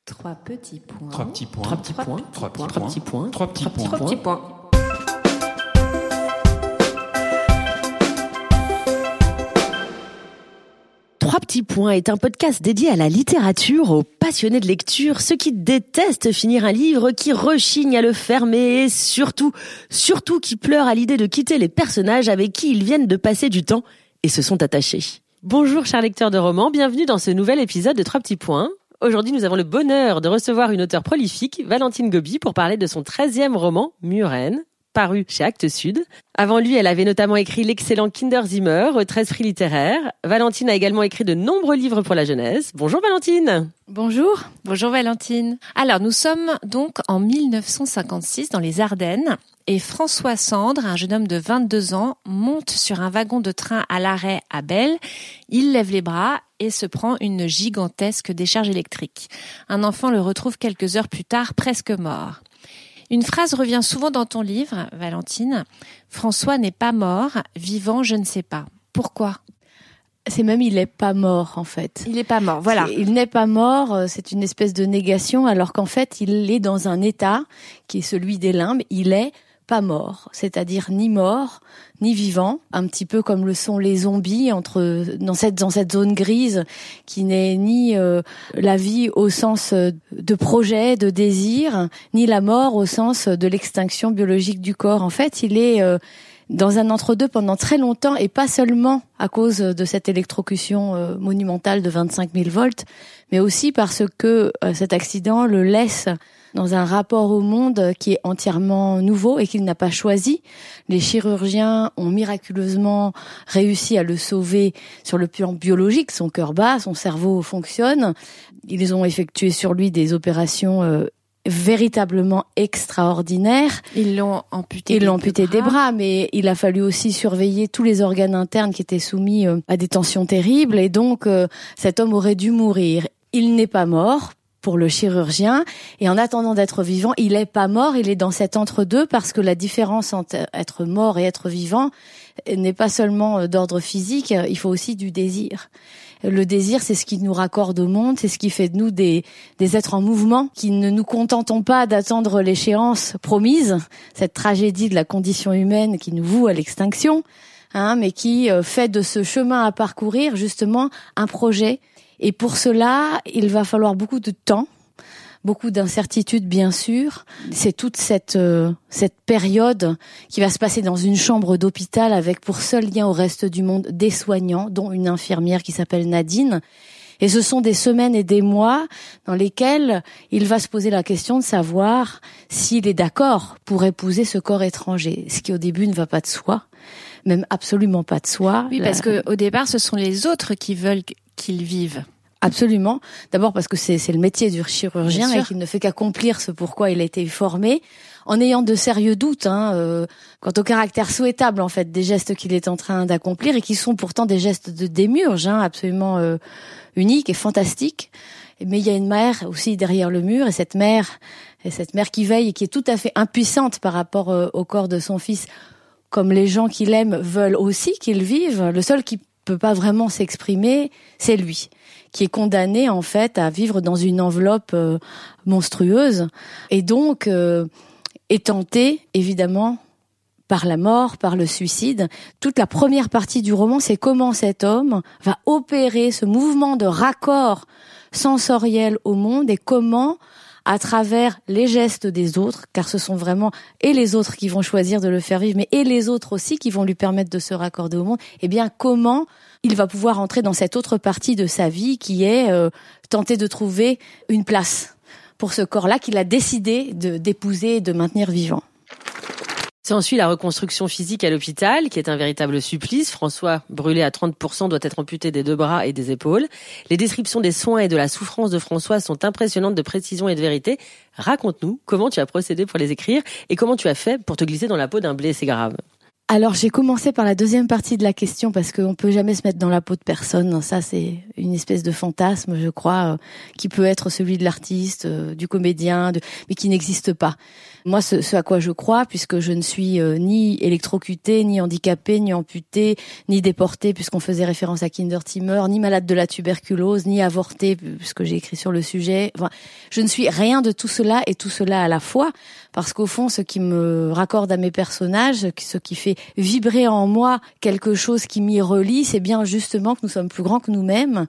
Trois petits points. Trois petits points. Trois petits points. Trois petits Trois petits points. Trois petits points. Trois petits points. Trois petits points est un podcast dédié à la littérature, aux passionnés de lecture, ceux qui détestent finir un livre, qui rechignent à le fermer et surtout qui pleurent à l'idée de quitter les personnages avec qui ils viennent de passer du temps et se sont attachés. Bonjour chers lecteurs de romans, bienvenue dans ce nouvel épisode de Trois petits points. Aujourd'hui, nous avons le bonheur de recevoir une auteure prolifique, Valentine Gobi, pour parler de son 13e roman, Muren, paru chez Actes Sud. Avant lui, elle avait notamment écrit l'excellent Kinderzimmer, 13 prix littéraires. Valentine a également écrit de nombreux livres pour la jeunesse. Bonjour Valentine. Bonjour Valentine. Alors, nous sommes donc en 1956 dans les Ardennes et François Sandre, un jeune homme de 22 ans, monte sur un wagon de train à l'arrêt à Belle. Il lève les bras et se prend une gigantesque décharge électrique. Un enfant le retrouve quelques heures plus tard, presque mort. Une phrase revient souvent dans ton livre, Valentine. François n'est pas mort, vivant, je ne sais pas. Pourquoi ? C'est même il n'est pas mort en fait. Il n'est pas mort, voilà. Il n'est pas mort, c'est une espèce de négation, alors qu'en fait il est dans un état qui est celui des limbes. Il est pas mort, c'est-à-dire ni mort ni vivant, un petit peu comme le sont les zombies dans cette zone grise qui n'est ni la vie au sens de projet, de désir, ni la mort au sens de l'extinction biologique du corps. En fait, il est dans un entre-deux pendant très longtemps, et pas seulement à cause de cette électrocution monumentale de 25 000 volts, mais aussi parce que cet accident le laisse dans un rapport au monde qui est entièrement nouveau et qu'il n'a pas choisi. Les chirurgiens ont miraculeusement réussi à le sauver sur le plan biologique. Son cœur bat, son cerveau fonctionne. Ils ont effectué sur lui des opérations véritablement extraordinaires. Ils l'ont amputé des bras, mais il a fallu aussi surveiller tous les organes internes qui étaient soumis à des tensions terribles. Et donc, cet homme aurait dû mourir. Il n'est pas mort pour le chirurgien, et en attendant d'être vivant, il est pas mort, il est dans cet entre-deux, parce que la différence entre être mort et être vivant n'est pas seulement d'ordre physique, il faut aussi du désir. Le désir, c'est ce qui nous raccorde au monde, c'est ce qui fait de nous des êtres en mouvement, qui ne nous contentons pas d'attendre l'échéance promise, cette tragédie de la condition humaine qui nous voue à l'extinction, mais qui fait de ce chemin à parcourir justement un projet. Et pour cela, il va falloir beaucoup de temps, beaucoup d'incertitudes bien sûr. C'est toute cette période qui va se passer dans une chambre d'hôpital avec pour seul lien au reste du monde des soignants, dont une infirmière qui s'appelle Nadine. Et ce sont des semaines et des mois dans lesquels il va se poser la question de savoir s'il est d'accord pour épouser ce corps étranger, ce qui au début ne va pas de soi, même absolument pas de soi. Oui, parce que au départ, ce sont les autres qui veulent qu'il vive. Absolument. D'abord parce que c'est le métier du chirurgien et qu'il ne fait qu'accomplir ce pourquoi il a été formé, en ayant de sérieux doutes quant au caractère souhaitable en fait des gestes qu'il est en train d'accomplir, et qui sont pourtant des gestes de démiurge, absolument uniques et fantastiques. Mais il y a une mère aussi derrière le mur, et cette mère qui veille et qui est tout à fait impuissante par rapport au corps de son fils, comme les gens qui l'aiment veulent aussi qu'il vive. Le seul qui peut pas vraiment s'exprimer, c'est lui, qui est condamné en fait à vivre dans une enveloppe monstrueuse, et donc est tenté évidemment par la mort, par le suicide. Toute la première partie du roman, c'est comment cet homme va opérer ce mouvement de raccord sensoriel au monde, et comment, à travers les gestes des autres, car ce sont vraiment et les autres qui vont choisir de le faire vivre, mais et les autres aussi qui vont lui permettre de se raccorder au monde, et bien comment il va pouvoir entrer dans cette autre partie de sa vie qui est tenter de trouver une place pour ce corps-là qu'il a décidé d'épouser et de maintenir vivant. S'ensuit la reconstruction physique à l'hôpital, qui est un véritable supplice. François, brûlé à 30%, doit être amputé des 2 bras et des épaules. Les descriptions des soins et de la souffrance de François sont impressionnantes de précision et de vérité. Raconte-nous comment tu as procédé pour les écrire et comment tu as fait pour te glisser dans la peau d'un blessé grave. Alors, j'ai commencé par la deuxième partie de la question parce qu'on peut jamais se mettre dans la peau de personne. Ça, c'est une espèce de fantasme, je crois, qui peut être celui de l'artiste, du comédien, mais qui n'existe pas. Moi, ce à quoi je crois, puisque je ne suis ni électrocutée, ni handicapée, ni amputée, ni déportée, puisqu'on faisait référence à Kindertimer, ni malade de la tuberculose, ni avortée, puisque j'ai écrit sur le sujet. Enfin, je ne suis rien de tout cela et tout cela à la fois, parce qu'au fond, ce qui me raccorde à mes personnages, ce qui fait vibrer en moi quelque chose qui m'y relie, c'est bien justement que nous sommes plus grands que nous-mêmes.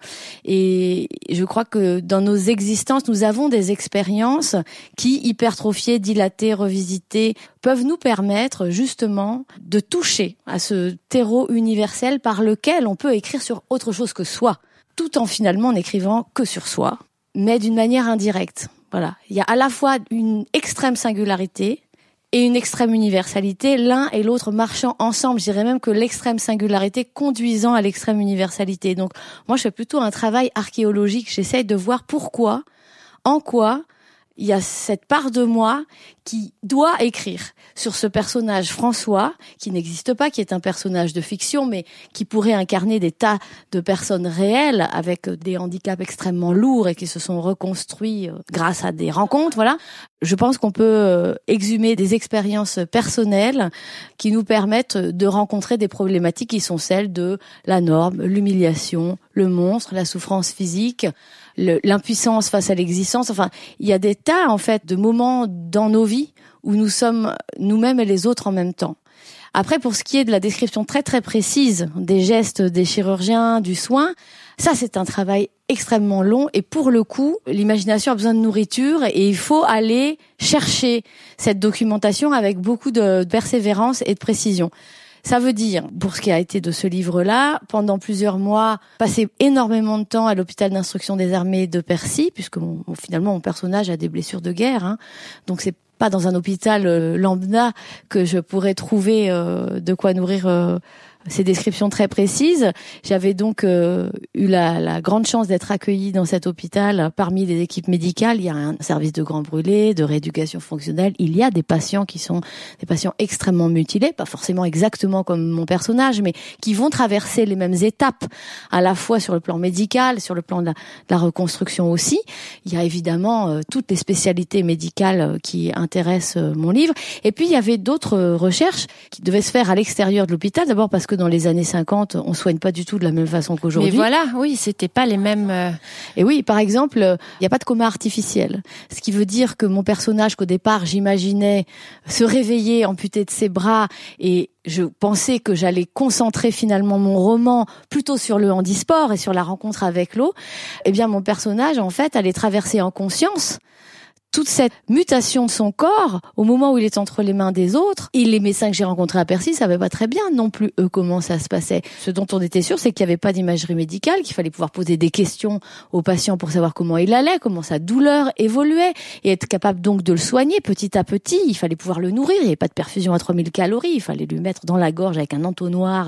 Et je crois que dans nos existences, nous avons des expériences qui, hypertrophiées, dilatées, revisitées, peuvent nous permettre justement de toucher à ce terreau universel par lequel on peut écrire sur autre chose que soi, tout en finalement n'écrivant que sur soi, mais d'une manière indirecte. Voilà. Il y a à la fois une extrême singularité et une extrême universalité, l'un et l'autre marchant ensemble. Je dirais même que l'extrême singularité conduisant à l'extrême universalité. Donc, moi, je fais plutôt un travail archéologique. J'essaye de voir pourquoi, en quoi, il y a cette part de moi qui doit écrire sur ce personnage François, qui n'existe pas, qui est un personnage de fiction, mais qui pourrait incarner des tas de personnes réelles avec des handicaps extrêmement lourds et qui se sont reconstruits grâce à des rencontres, voilà. Je pense qu'on peut exhumer des expériences personnelles qui nous permettent de rencontrer des problématiques qui sont celles de la norme, l'humiliation, le monstre, la souffrance physique, l'impuissance face à l'existence. Enfin, il y a des tas, en fait, de moments dans nos vies où nous sommes nous-mêmes et les autres en même temps. Après, pour ce qui est de la description très très précise des gestes des chirurgiens, du soin, ça c'est un travail extrêmement long et pour le coup, l'imagination a besoin de nourriture et il faut aller chercher cette documentation avec beaucoup de persévérance et de précision. Ça veut dire, pour ce qui a été de ce livre-là, pendant plusieurs mois, passer énormément de temps à l'hôpital d'instruction des armées de Percy, puisque finalement mon personnage a des blessures de guerre, hein. Donc c'est pas dans un hôpital lambda que je pourrais trouver de quoi nourrir ces descriptions très précises. J'avais donc eu la grande chance d'être accueillie dans cet hôpital parmi les équipes médicales. Il y a un service de grands brûlés, de rééducation fonctionnelle. Il y a des patients qui sont des patients extrêmement mutilés, pas forcément exactement comme mon personnage, mais qui vont traverser les mêmes étapes, à la fois sur le plan médical, sur le plan de la reconstruction aussi. Il y a évidemment toutes les spécialités médicales qui intéressent mon livre. Et puis, il y avait d'autres recherches qui devaient se faire à l'extérieur de l'hôpital, d'abord parce que dans les années 50, on soigne pas du tout de la même façon qu'aujourd'hui. Mais voilà, oui, c'était pas les mêmes... Et oui, par exemple, il n'y a pas de coma artificiel. Ce qui veut dire que mon personnage, qu'au départ, j'imaginais se réveiller amputé de ses bras et je pensais que j'allais concentrer finalement mon roman plutôt sur le handisport et sur la rencontre avec l'eau. Eh bien, mon personnage, en fait, allait traverser en conscience toute cette mutation de son corps au moment où il est entre les mains des autres. Et les médecins que j'ai rencontrés à Percy savaient pas très bien non plus eux comment ça se passait. Ce dont on était sûr, c'est qu'il n'y avait pas d'imagerie médicale, qu'il fallait pouvoir poser des questions aux patients pour savoir comment il allait, comment sa douleur évoluait et être capable donc de le soigner petit à petit. Il fallait pouvoir le nourrir, il n'y avait pas de perfusion à 3000 calories, il fallait lui mettre dans la gorge avec un entonnoir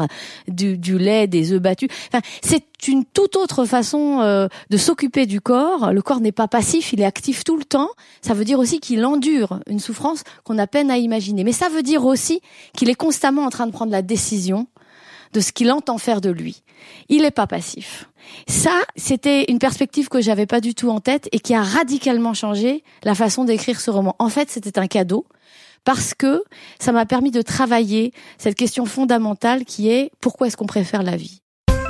du lait, des œufs battus. Enfin, c'est une toute autre façon de s'occuper du corps. Le corps n'est pas passif, il est actif tout le temps. Ça veut dire aussi qu'il endure une souffrance qu'on a peine à imaginer. Mais ça veut dire aussi qu'il est constamment en train de prendre la décision de ce qu'il entend faire de lui. Il n'est pas passif. Ça, c'était une perspective que j'avais pas du tout en tête et qui a radicalement changé la façon d'écrire ce roman. En fait, c'était un cadeau parce que ça m'a permis de travailler cette question fondamentale qui est pourquoi est-ce qu'on préfère la vie ?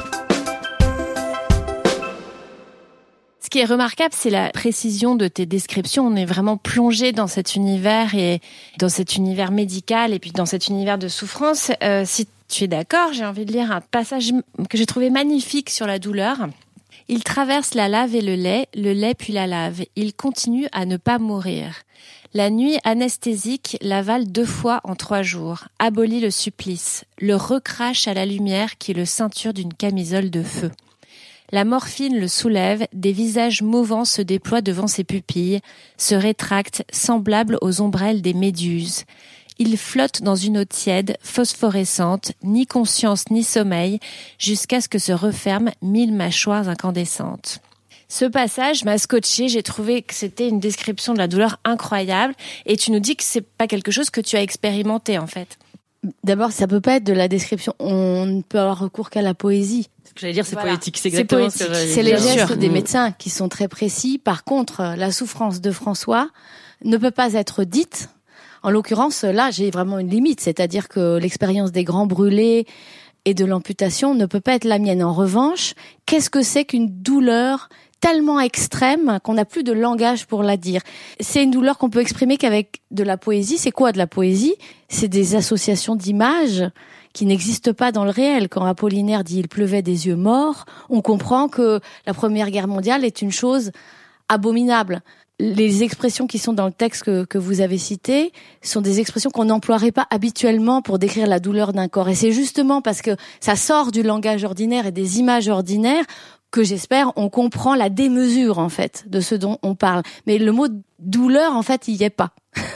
Ce qui est remarquable, c'est la précision de tes descriptions. On est vraiment plongé dans cet univers et dans cet univers médical et puis dans cet univers de souffrance. Si tu es d'accord, j'ai envie de lire un passage que j'ai trouvé magnifique sur la douleur. Il traverse la lave et le lait puis la lave. Il continue à ne pas mourir. La nuit anesthésique l'avale 2 fois en 3 jours. Abolit le supplice. Le recrache à la lumière qui le ceinture d'une camisole de feu. La morphine le soulève, des visages mouvants se déploient devant ses pupilles, se rétractent, semblables aux ombrelles des méduses. Il flotte dans une eau tiède, phosphorescente, ni conscience ni sommeil, jusqu'à ce que se referment 1000 mâchoires incandescentes. Ce passage m'a scotché, j'ai trouvé que c'était une description de la douleur incroyable, et tu nous dis que c'est pas quelque chose que tu as expérimenté, en fait. D'abord, ça peut pas être de la description. On ne peut avoir recours qu'à la poésie. J'allais dire, c'est poétique. C'est exactement poétique. Ce que j'allais dire. C'est les gestes des médecins qui sont très précis. Par contre, la souffrance de François ne peut pas être dite. En l'occurrence, là, j'ai vraiment une limite. C'est-à-dire que l'expérience des grands brûlés et de l'amputation ne peut pas être la mienne. En revanche, qu'est-ce que c'est qu'une douleur tellement extrême qu'on n'a plus de langage pour la dire? C'est une douleur qu'on peut exprimer qu'avec de la poésie. C'est quoi de la poésie? C'est des associations d'images qui n'existent pas dans le réel. Quand Apollinaire dit « il pleuvait des yeux morts », on comprend que la Première Guerre mondiale est une chose abominable. Les expressions qui sont dans le texte que vous avez cité sont des expressions qu'on n'emploierait pas habituellement pour décrire la douleur d'un corps. Et c'est justement parce que ça sort du langage ordinaire et des images ordinaires que j'espère on comprend la démesure en fait de ce dont on parle. Mais le mot douleur en fait il y est pas.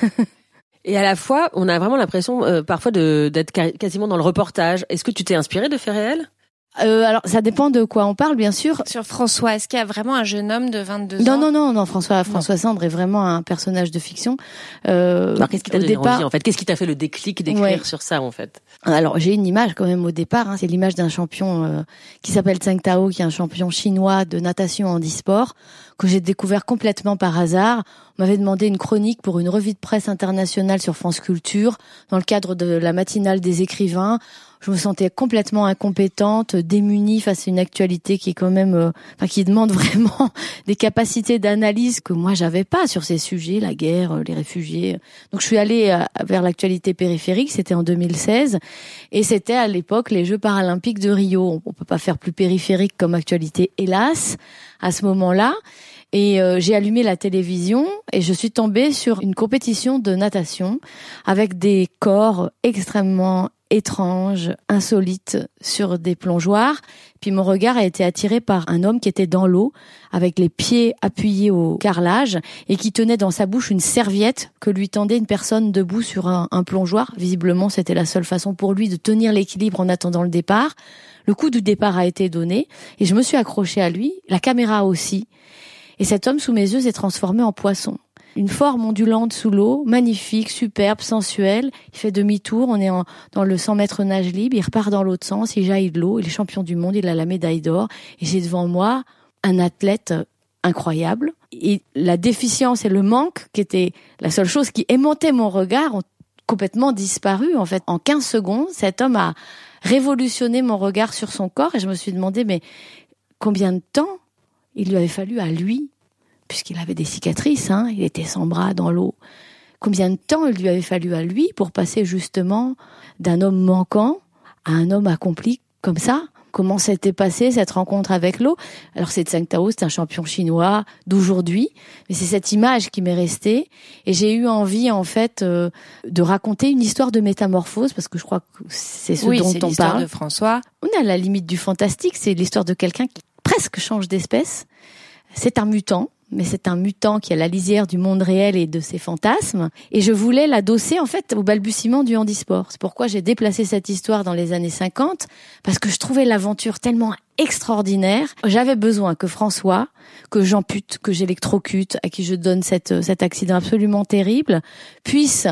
Et à la fois, on a vraiment l'impression parfois d'être quasiment dans le reportage. Est-ce que tu t'es inspiré de faits réels? Alors, ça dépend de quoi on parle, bien sûr. Sur François, est-ce qu'il y a vraiment un jeune homme de 22 ans? Non, François Sandre est vraiment un personnage de fiction. Alors, qu'est-ce qui t'a donné envie, en fait? Qu'est-ce qui t'a fait le déclic d'écrire sur ça, en fait? Alors, j'ai une image quand même au départ, hein. C'est l'image d'un champion qui s'appelle Tseng Tao, qui est un champion chinois de natation handisport, que j'ai découvert complètement par hasard. On m'avait demandé une chronique pour une revue de presse internationale sur France Culture, dans le cadre de la matinale des écrivains. Je me sentais complètement incompétente, démunie face à une actualité qui est quand même, qui demande vraiment des capacités d'analyse que moi j'avais pas sur ces sujets, la guerre, les réfugiés. Donc je suis allée vers l'actualité périphérique, c'était en 2016, et c'était à l'époque les Jeux paralympiques de Rio. On peut pas faire plus périphérique comme actualité, hélas, à ce moment-là. Et j'ai allumé la télévision et je suis tombée sur une compétition de natation avec des corps extrêmement étranges, insolites sur des plongeoires. Puis mon regard a été attiré par un homme qui était dans l'eau avec les pieds appuyés au carrelage et qui tenait dans sa bouche une serviette que lui tendait une personne debout sur un plongeoir. Visiblement, c'était la seule façon pour lui de tenir l'équilibre en attendant le départ. Le coup du départ a été donné et je me suis accrochée à lui, la caméra aussi. Et cet homme sous mes yeux s'est transformé en poisson. Une forme ondulante sous l'eau, magnifique, superbe, sensuelle. Il fait demi-tour, on est dans le 100 mètres nage libre, il repart dans l'autre sens, il jaillit de l'eau, il est champion du monde, il a la médaille d'or. Et j'ai devant moi un athlète incroyable. Et la déficience et le manque, qui était la seule chose qui aimantait mon regard, ont complètement disparu. En fait, en 15 secondes, cet homme a révolutionné mon regard sur son corps et je me suis demandé, mais combien de temps il lui avait fallu à lui, puisqu'il avait des cicatrices, il était sans bras dans l'eau. Combien de temps il lui avait fallu à lui pour passer justement d'un homme manquant à un homme accompli comme ça? Comment s'était passée cette rencontre avec l'eau? Alors c'est Tseng Tao, c'est un champion chinois d'aujourd'hui, mais c'est cette image qui m'est restée et j'ai eu envie en fait de raconter une histoire de métamorphose parce que je crois que c'est ce dont on parle. Oui, c'est l'histoire de François. On est à la limite du fantastique, c'est l'histoire de quelqu'un qui presque change d'espèce. C'est un mutant, mais c'est un mutant qui est à la lisière du monde réel et de ses fantasmes. Et je voulais l'adosser, en fait, au balbutiement du handisport. C'est pourquoi j'ai déplacé cette histoire dans les années 50, parce que je trouvais l'aventure tellement extraordinaire. J'avais besoin que François, que j'ampute, que j'électrocute, à qui je donne cet accident absolument terrible, puisse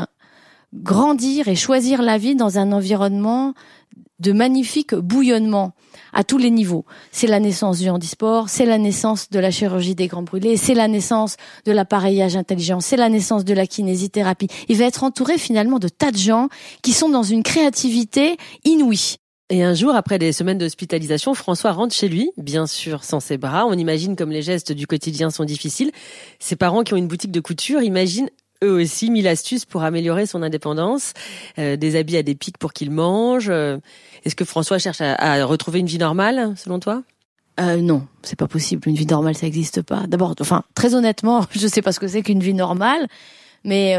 grandir et choisir la vie dans un environnement de magnifique bouillonnement à tous les niveaux. C'est la naissance du handisport, c'est la naissance de la chirurgie des grands brûlés, c'est la naissance de l'appareillage intelligent, c'est la naissance de la kinésithérapie. Il va être entouré finalement de tas de gens qui sont dans une créativité inouïe. Et un jour, après des semaines d'hospitalisation, François rentre chez lui, bien sûr sans ses bras. On imagine comme les gestes du quotidien sont difficiles. Ses parents qui ont une boutique de couture imaginent eux aussi 1000 astuces pour améliorer son indépendance, des habits à des pics pour qu'il mange. Est-ce que François cherche à retrouver une vie normale, selon toi? Non, c'est pas possible. Une vie normale, ça n'existe pas. D'abord, très honnêtement, je sais pas ce que c'est qu'une vie normale, mais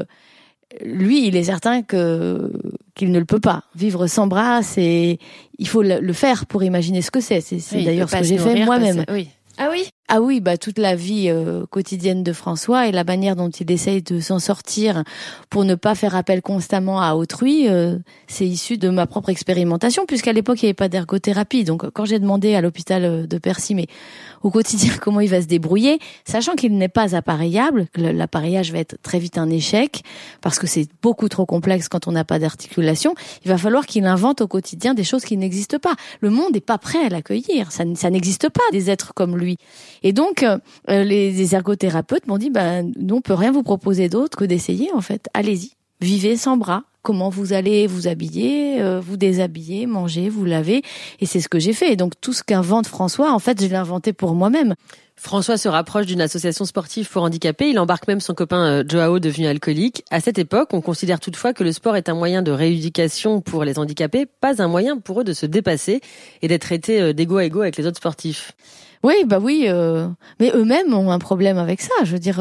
lui, il est certain qu'il ne le peut pas. Vivre sans bras, il faut le faire pour imaginer ce que c'est. C'est d'ailleurs ce que j'ai fait moi-même. Oui. Ah oui? Ah oui, toute la vie quotidienne de François et la manière dont il essaye de s'en sortir pour ne pas faire appel constamment à autrui, c'est issu de ma propre expérimentation, puisqu'à l'époque il n'y avait pas d'ergothérapie. Donc quand j'ai demandé à l'hôpital de Percy, mais au quotidien comment il va se débrouiller, sachant qu'il n'est pas appareillable, que l'appareillage va être très vite un échec, parce que c'est beaucoup trop complexe quand on n'a pas d'articulation, il va falloir qu'il invente au quotidien des choses qui n'existent pas. Le monde n'est pas prêt à l'accueillir, ça n'existe pas des êtres comme lui. Et donc, les ergothérapeutes m'ont dit, nous, on peut rien vous proposer d'autre que d'essayer, en fait. Allez-y. Vivez sans bras. Comment vous allez vous habiller, vous déshabiller, manger, vous laver. Et c'est ce que j'ai fait. Et donc, tout ce qu'invente François, en fait, je l'ai inventé pour moi-même. François se rapproche d'une association sportive pour handicapés. Il embarque même son copain Joao, devenu alcoolique. À cette époque, on considère toutefois que le sport est un moyen de rééducation pour les handicapés, pas un moyen pour eux de se dépasser et d'être traités d'égo à égo avec les autres sportifs. Oui, mais eux-mêmes ont un problème avec ça. Je veux dire,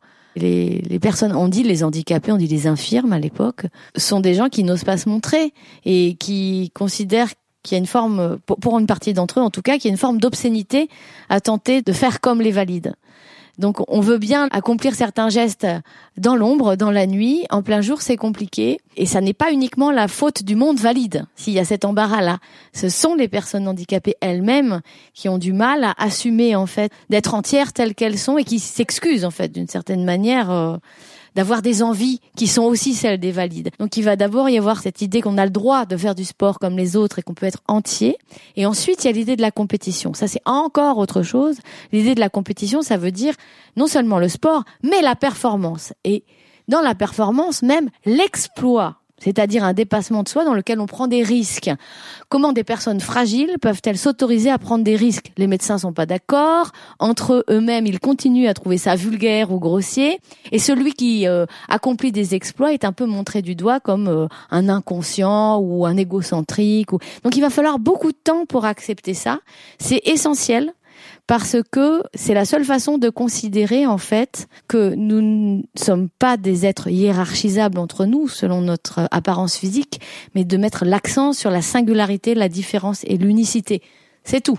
les personnes, on dit les handicapés, on dit les infirmes à l'époque, sont des gens qui n'osent pas se montrer et qui considèrent qu'il y a une forme, pour une partie d'entre eux en tout cas, qu'il y a une forme d'obscénité à tenter de faire comme les valides. Donc on veut bien accomplir certains gestes dans l'ombre, dans la nuit, en plein jour c'est compliqué. Et ça n'est pas uniquement la faute du monde valide, s'il y a cet embarras-là. Ce sont les personnes handicapées elles-mêmes qui ont du mal à assumer en fait d'être entières telles qu'elles sont et qui s'excusent en fait d'une certaine manière d'avoir des envies qui sont aussi celles des valides. Donc il va d'abord y avoir cette idée qu'on a le droit de faire du sport comme les autres et qu'on peut être entier. Et ensuite, il y a l'idée de la compétition. Ça, c'est encore autre chose. L'idée de la compétition, ça veut dire non seulement le sport, mais la performance. Et dans la performance, même l'exploit. C'est-à-dire un dépassement de soi dans lequel on prend des risques. Comment des personnes fragiles peuvent-elles s'autoriser à prendre des risques ? Les médecins sont pas d'accord. Entre eux-mêmes, ils continuent à trouver ça vulgaire ou grossier. Et celui qui accomplit des exploits est un peu montré du doigt comme un inconscient ou un égocentrique. Donc il va falloir beaucoup de temps pour accepter ça. C'est essentiel. Parce que c'est la seule façon de considérer en fait que nous ne sommes pas des êtres hiérarchisables entre nous selon notre apparence physique, mais de mettre l'accent sur la singularité, la différence et l'unicité. C'est tout.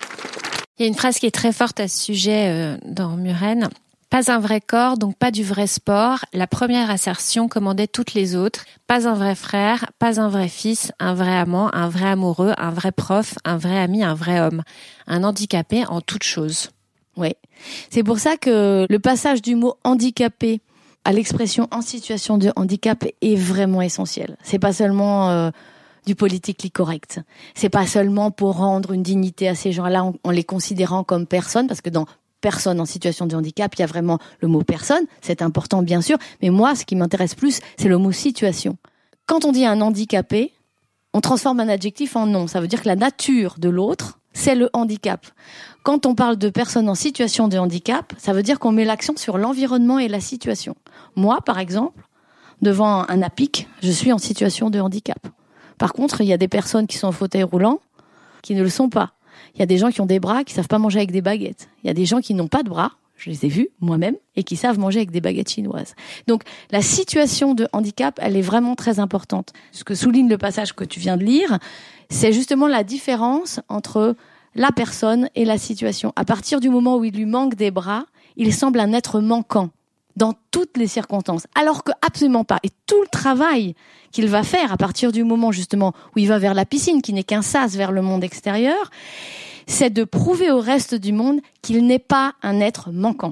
Il y a une phrase qui est très forte à ce sujet dans Muren. Pas un vrai corps, donc pas du vrai sport. La première assertion commandait toutes les autres. Pas un vrai frère, pas un vrai fils, un vrai amant, un vrai amoureux, un vrai prof, un vrai ami, un vrai homme. Un handicapé en toute chose. Oui. C'est pour ça que le passage du mot handicapé à l'expression en situation de handicap est vraiment essentiel. C'est pas seulement du politically correct. C'est pas seulement pour rendre une dignité à ces gens-là en les considérant comme personnes, parce que dans personne en situation de handicap, il y a vraiment le mot personne, c'est important bien sûr, mais moi, ce qui m'intéresse plus, c'est le mot situation. Quand on dit un handicapé, on transforme un adjectif en nom. Ça veut dire que la nature de l'autre, c'est le handicap. Quand on parle de personnes en situation de handicap, ça veut dire qu'on met l'accent sur l'environnement et la situation. Moi, par exemple, devant un APIC, je suis en situation de handicap. Par contre, il y a des personnes qui sont en fauteuil roulant qui ne le sont pas. Il y a des gens qui ont des bras qui savent pas manger avec des baguettes. Il y a des gens qui n'ont pas de bras, je les ai vus moi-même, et qui savent manger avec des baguettes chinoises. Donc la situation de handicap, elle est vraiment très importante. Ce que souligne le passage que tu viens de lire, c'est justement la différence entre la personne et la situation. À partir du moment où il lui manque des bras, il semble un être manquant dans toutes les circonstances, alors que absolument pas. Et tout le travail qu'il va faire à partir du moment justement où il va vers la piscine, qui n'est qu'un sas vers le monde extérieur, c'est de prouver au reste du monde qu'il n'est pas un être manquant.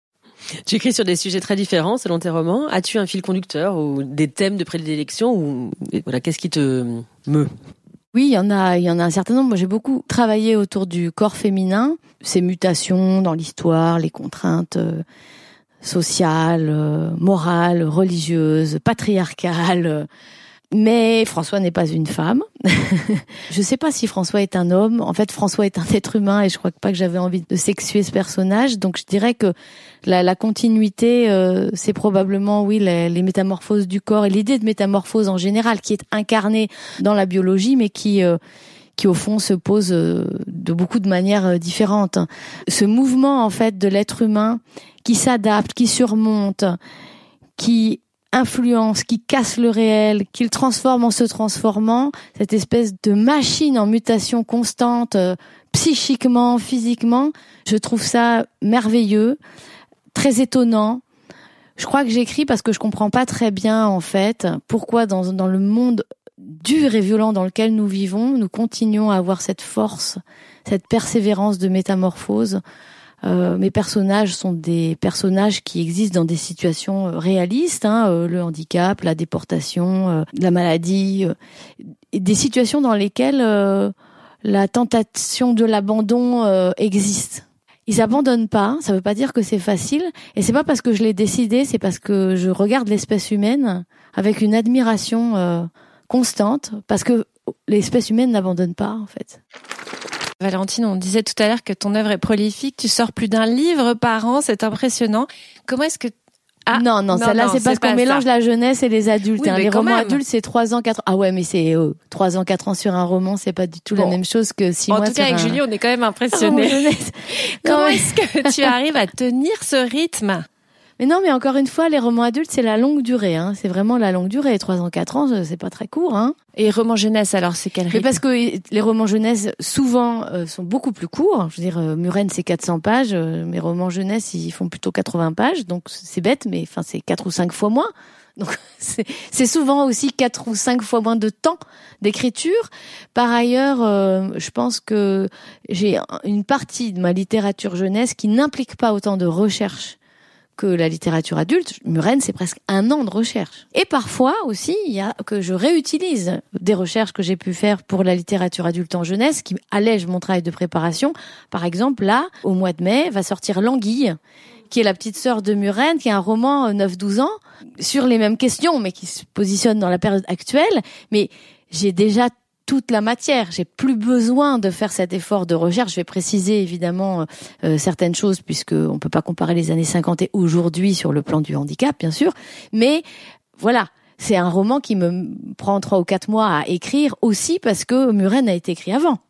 Tu écris sur des sujets très différents selon tes romans. As-tu un fil conducteur ou des thèmes de prédilection ou voilà, qu'est-ce qui te meut ? Oui, il y en a un certain nombre. Moi, j'ai beaucoup travaillé autour du corps féminin, ses mutations dans l'histoire, les contraintes sociales, morales, religieuses, patriarcales. Mais François n'est pas une femme. Je sais pas si François est un homme. En fait, François est un être humain et je crois pas que j'avais envie de sexuer ce personnage. Donc, je dirais que la continuité, c'est probablement, oui, les métamorphoses du corps et l'idée de métamorphose en général qui est incarnée dans la biologie, mais qui au fond se pose de beaucoup de manières différentes. Ce mouvement, en fait, de l'être humain qui s'adapte, qui surmonte, qui influence, qui casse le réel, qui le transforme en se transformant, cette espèce de machine en mutation constante psychiquement, physiquement, je trouve ça merveilleux, très étonnant. Je crois que j'écris parce que je comprends pas très bien, en fait, pourquoi dans le monde dur et violent dans lequel nous vivons, nous continuons à avoir cette force, cette persévérance de métamorphose. Mes personnages sont des personnages qui existent dans des situations réalistes, le handicap, la déportation, la maladie, des situations dans lesquelles la tentation de l'abandon existe. Ils abandonnent pas, ça veut pas dire que c'est facile, et c'est pas parce que je l'ai décidé, c'est parce que je regarde l'espèce humaine avec une admiration constante, parce que l'espèce humaine n'abandonne pas, en fait. Valentine, on disait tout à l'heure que ton œuvre est prolifique, tu sors plus d'1 livre par an, c'est impressionnant. Comment est-ce que... Non, celle-là, c'est parce qu'on mélange la jeunesse et les adultes. Oui, les romans adultes, c'est 3 ans, 4 ans. Ah ouais, mais c'est 3 ans, 4 ans sur un roman, c'est pas du tout la même chose que 6 mois sur un... En tout cas, avec Julie, on est quand même impressionnés. Comment est-ce que tu arrives à tenir ce rythme ? Mais non, mais encore une fois, les romans adultes, c'est la longue durée. C'est vraiment la longue durée. 3 ans, 4 ans, c'est pas très court. Et romans jeunesse, alors, c'est quel rythme ? Mais parce que les romans jeunesse, souvent, sont beaucoup plus courts. Je veux dire, Murène, c'est 400 pages. Mes romans jeunesse, ils font plutôt 80 pages. Donc, c'est bête, mais enfin, c'est 4 ou 5 fois moins. Donc, c'est souvent aussi 4 ou 5 fois moins de temps d'écriture. Par ailleurs, je pense que j'ai une partie de ma littérature jeunesse qui n'implique pas autant de recherche que la littérature adulte. Murène, c'est presque 1 an de recherche. Et parfois aussi, il y a que je réutilise des recherches que j'ai pu faire pour la littérature adulte en jeunesse, qui allègent mon travail de préparation. Par exemple, là, au mois de mai, va sortir L'Anguille, qui est la petite sœur de Murène, qui est un roman 9-12 ans, sur les mêmes questions, mais qui se positionne dans la période actuelle. Mais j'ai déjà toute la matière. J'ai plus besoin de faire cet effort de recherche. Je vais préciser évidemment certaines choses, puisque on peut pas comparer les années 50 et aujourd'hui sur le plan du handicap, bien sûr. Mais voilà, c'est un roman qui me prend 3 ou 4 mois à écrire aussi parce que Murène a été écrit avant.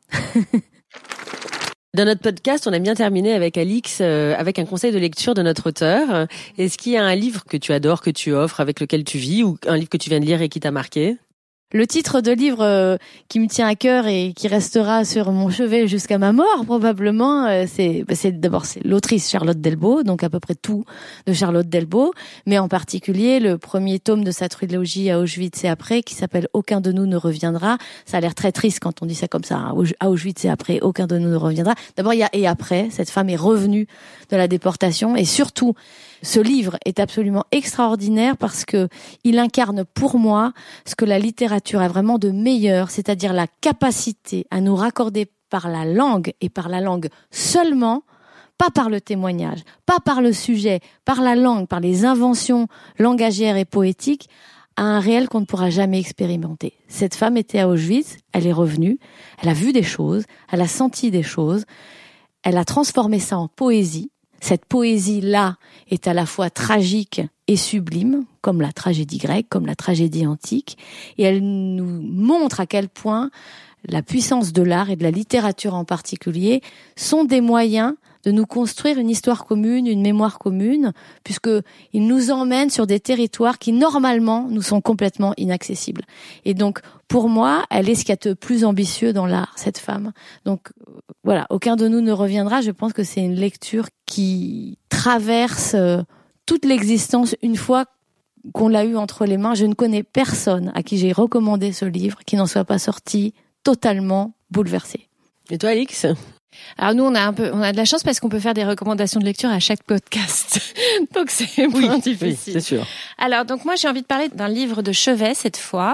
Dans notre podcast, on a bien terminé avec Alix, avec un conseil de lecture de notre auteur. Est-ce qu'il y a un livre que tu adores, que tu offres, avec lequel tu vis, ou un livre que tu viens de lire et qui t'a marqué ? Le titre de livre qui me tient à cœur et qui restera sur mon chevet jusqu'à ma mort probablement, c'est l'autrice Charlotte Delbo, donc à peu près tout de Charlotte Delbo, mais en particulier le premier tome de sa trilogie à Auschwitz et après, qui s'appelle Aucun de nous ne reviendra. Ça a l'air très triste quand on dit ça comme ça, à Auschwitz et après, aucun de nous ne reviendra. D'abord, il y a et après, cette femme est revenue de la déportation, et surtout, ce livre est absolument extraordinaire parce que il incarne pour moi ce que la littérature a vraiment de meilleur, c'est-à-dire la capacité à nous raccorder par la langue et par la langue seulement, pas par le témoignage, pas par le sujet, par la langue, par les inventions langagières et poétiques, à un réel qu'on ne pourra jamais expérimenter. Cette femme était à Auschwitz, elle est revenue, elle a vu des choses, elle a senti des choses, elle a transformé ça en poésie. Cette poésie-là est à la fois tragique et sublime, comme la tragédie grecque, comme la tragédie antique, et elle nous montre à quel point la puissance de l'art et de la littérature en particulier sont des moyens de nous construire une histoire commune, une mémoire commune, puisqu'ils nous emmènent sur des territoires qui, normalement, nous sont complètement inaccessibles. Et donc, pour moi, elle est ce qu'il y a de plus ambitieux dans l'art, cette femme. Donc, voilà, Aucun de nous ne reviendra. Je pense que c'est une lecture qui traverse toute l'existence une fois qu'on l'a eu entre les mains. Je ne connais personne à qui j'ai recommandé ce livre qui n'en soit pas sorti totalement bouleversé. Et toi, Alix ? Alors nous, on a de la chance parce qu'on peut faire des recommandations de lecture à chaque podcast. Donc c'est moins difficile. Oui, c'est sûr. Alors donc moi, j'ai envie de parler d'un livre de chevet cette fois.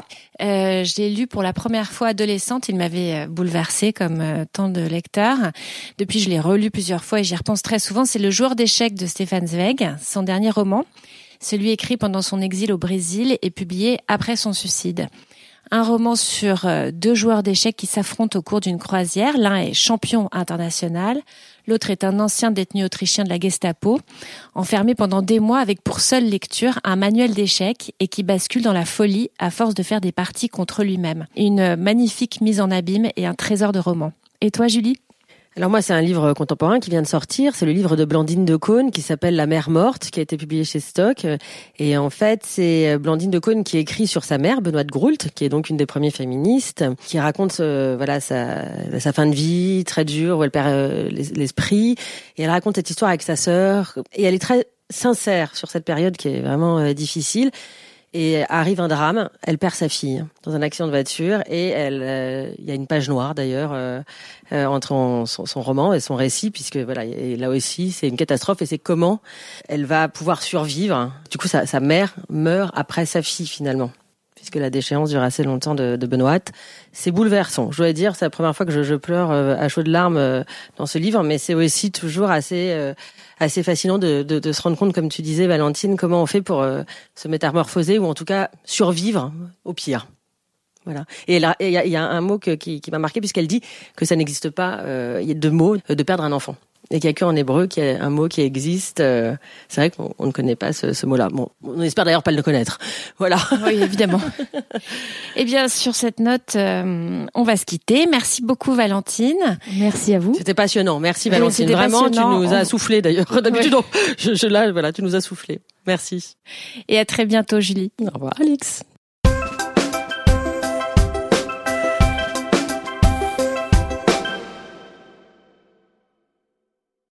Je l'ai lu pour la première fois adolescente. Il m'avait bouleversée comme tant de lecteurs. Depuis, je l'ai relu plusieurs fois et j'y repense très souvent. C'est Le joueur d'échecs de Stefan Zweig, son dernier roman. Celui écrit pendant son exil au Brésil et publié après son suicide. Un roman sur 2 joueurs d'échecs qui s'affrontent au cours d'une croisière. L'un est champion international, l'autre est un ancien détenu autrichien de la Gestapo, enfermé pendant des mois avec pour seule lecture un manuel d'échecs et qui bascule dans la folie à force de faire des parties contre lui-même. Une magnifique mise en abîme et un trésor de roman. Et toi, Julie ? Alors moi, c'est un livre contemporain qui vient de sortir. C'est le livre de Blandine de Caunes qui s'appelle La mère morte, qui a été publié chez Stock. Et en fait, c'est Blandine de Caunes qui écrit sur sa mère, Benoît de Groult, qui est donc une des premières féministes, qui raconte sa fin de vie très dure, où elle perd l'esprit. Et elle raconte cette histoire avec sa sœur. Et elle est très sincère sur cette période qui est vraiment difficile. Et arrive un drame, elle perd sa fille dans un accident de voiture et il y a une page noire d'ailleurs entre son roman et son récit, puisque voilà, et là aussi c'est une catastrophe et c'est comment elle va pouvoir survivre. Du coup, sa mère meurt après sa fille finalement, puisque la déchéance dure assez longtemps de Benoît. C'est bouleversant. Je dois dire, c'est la première fois que je pleure à chaudes larmes dans ce livre, mais c'est aussi toujours assez fascinant de se rendre compte, comme tu disais, Valentine, comment on fait pour se métamorphoser ou en tout cas survivre au pire. Voilà. Et il y a un mot qui m'a marqué, puisqu'elle dit que ça n'existe pas, il y a deux mots, de perdre un enfant. Et qu'il n'y a qu'en hébreu qu'il y a un mot qui existe. C'est vrai qu'on ne connaît pas ce mot-là. Bon, on espère d'ailleurs pas le connaître. Voilà. Oui, évidemment. Eh bien, sur cette note, on va se quitter. Merci beaucoup, Valentine. Merci à vous. C'était passionnant. Merci, Valentine. Oui, vraiment, passionnant. Tu nous as soufflé d'ailleurs. D'habitude, ouais. tu nous as soufflé. Merci. Et à très bientôt, Julie. Au revoir, Alix.